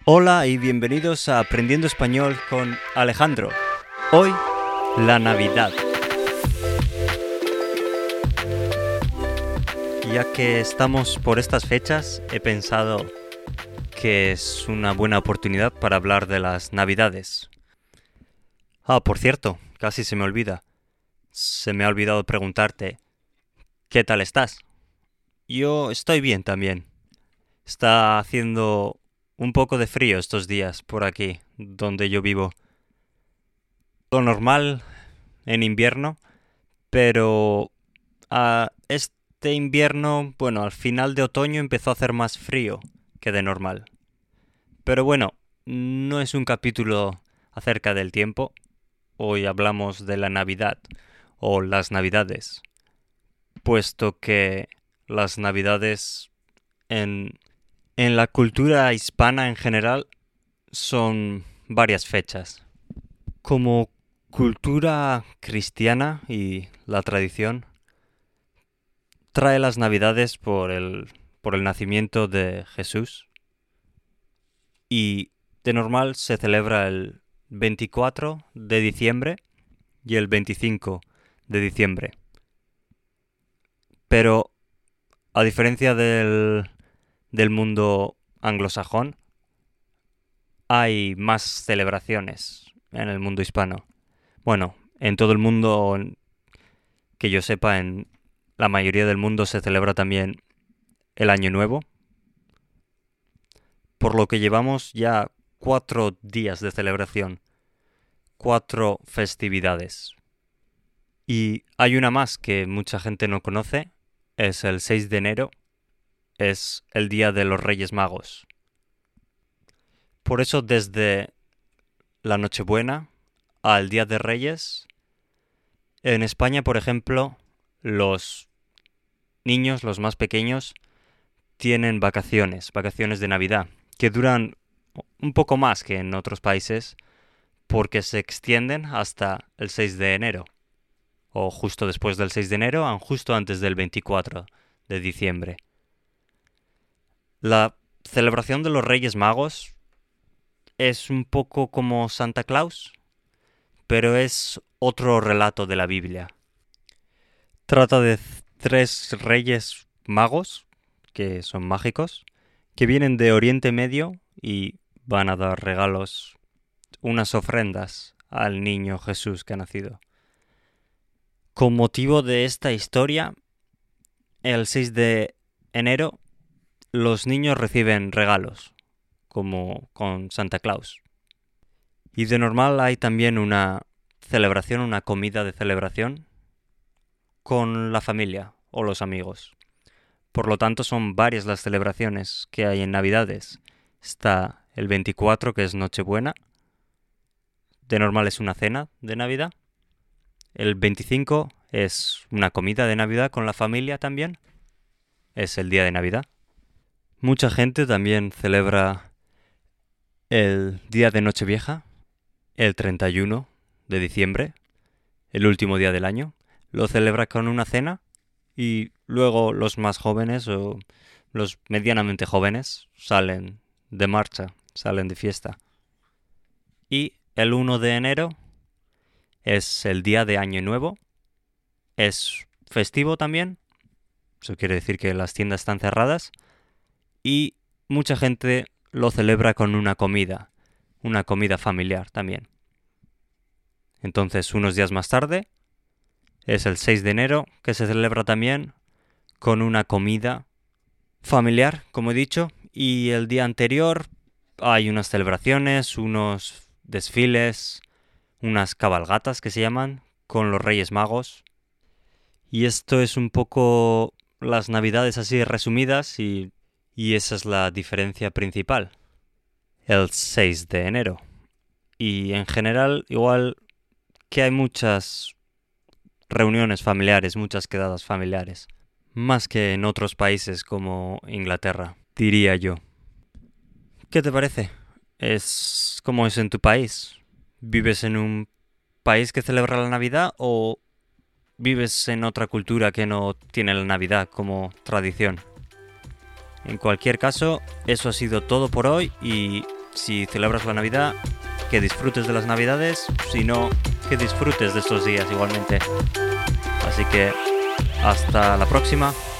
Hola y bienvenidos a Aprendiendo Español con Alejandro. Hoy, la Navidad. Ya que estamos por estas fechas, he pensado que es una buena oportunidad para hablar de las Navidades. Por cierto, casi se me olvida. Se me ha olvidado preguntarte, ¿qué tal estás? Yo estoy bien también. Está haciendo un poco de frío estos días por aquí, donde yo vivo. Lo normal en invierno, pero este invierno, al final de otoño empezó a hacer más frío que de normal. Pero bueno, no es un capítulo acerca del tiempo. Hoy hablamos de la Navidad o las Navidades, puesto que las Navidades en la cultura hispana en general son varias fechas. Como cultura cristiana y la tradición trae las Navidades por el nacimiento de Jesús y de normal se celebra el 24 de diciembre y el 25 de diciembre. Pero a diferencia del mundo anglosajón, hay más celebraciones en el mundo hispano. Bueno, en todo el mundo, que yo sepa, en la mayoría del mundo se celebra también el Año Nuevo, por lo que llevamos ya 4 días de celebración, 4 festividades. Y hay una más que mucha gente no conoce, es el 6 de enero, es el Día de los Reyes Magos. Por eso desde la Nochebuena al Día de Reyes, en España, por ejemplo, los niños, los más pequeños, tienen vacaciones de Navidad, que duran un poco más que en otros países, porque se extienden hasta el 6 de enero, o justo después del 6 de enero, o justo antes del 24 de diciembre. La celebración de los Reyes Magos es un poco como Santa Claus, pero es otro relato de la Biblia. Trata de 3 reyes magos, que son mágicos, que vienen de Oriente Medio y van a dar regalos, unas ofrendas al niño Jesús que ha nacido. Con motivo de esta historia, el 6 de enero, los niños reciben regalos, como con Santa Claus. Y de normal hay también una celebración, una comida de celebración con la familia o los amigos. Por lo tanto, son varias las celebraciones que hay en Navidades. Está el 24, que es Nochebuena. De normal es una cena de Navidad. El 25 es una comida de Navidad con la familia también. Es el día de Navidad. Mucha gente también celebra el día de Nochevieja, el 31 de diciembre, el último día del año. Lo celebra con una cena y luego los más jóvenes o los medianamente jóvenes salen de marcha, salen de fiesta. Y el 1 de enero es el día de Año Nuevo. Es festivo también. Eso quiere decir que las tiendas están cerradas. Y mucha gente lo celebra con una comida familiar también. Entonces, unos días más tarde, es el 6 de enero, que se celebra también con una comida familiar, como he dicho. Y el día anterior hay unas celebraciones, unos desfiles, unas cabalgatas que se llaman, con los Reyes Magos. Y esto es un poco las Navidades así resumidas y esa es la diferencia principal. El 6 de enero. Y en general, igual que hay muchas reuniones familiares, muchas quedadas familiares. Más que en otros países como Inglaterra, diría yo. ¿Qué te parece? ¿Es como es en tu país? ¿Vives en un país que celebra la Navidad o vives en otra cultura que no tiene la Navidad como tradición? En cualquier caso, eso ha sido todo por hoy y si celebras la Navidad, que disfrutes de las Navidades, si no, que disfrutes de estos días igualmente. Así que hasta la próxima.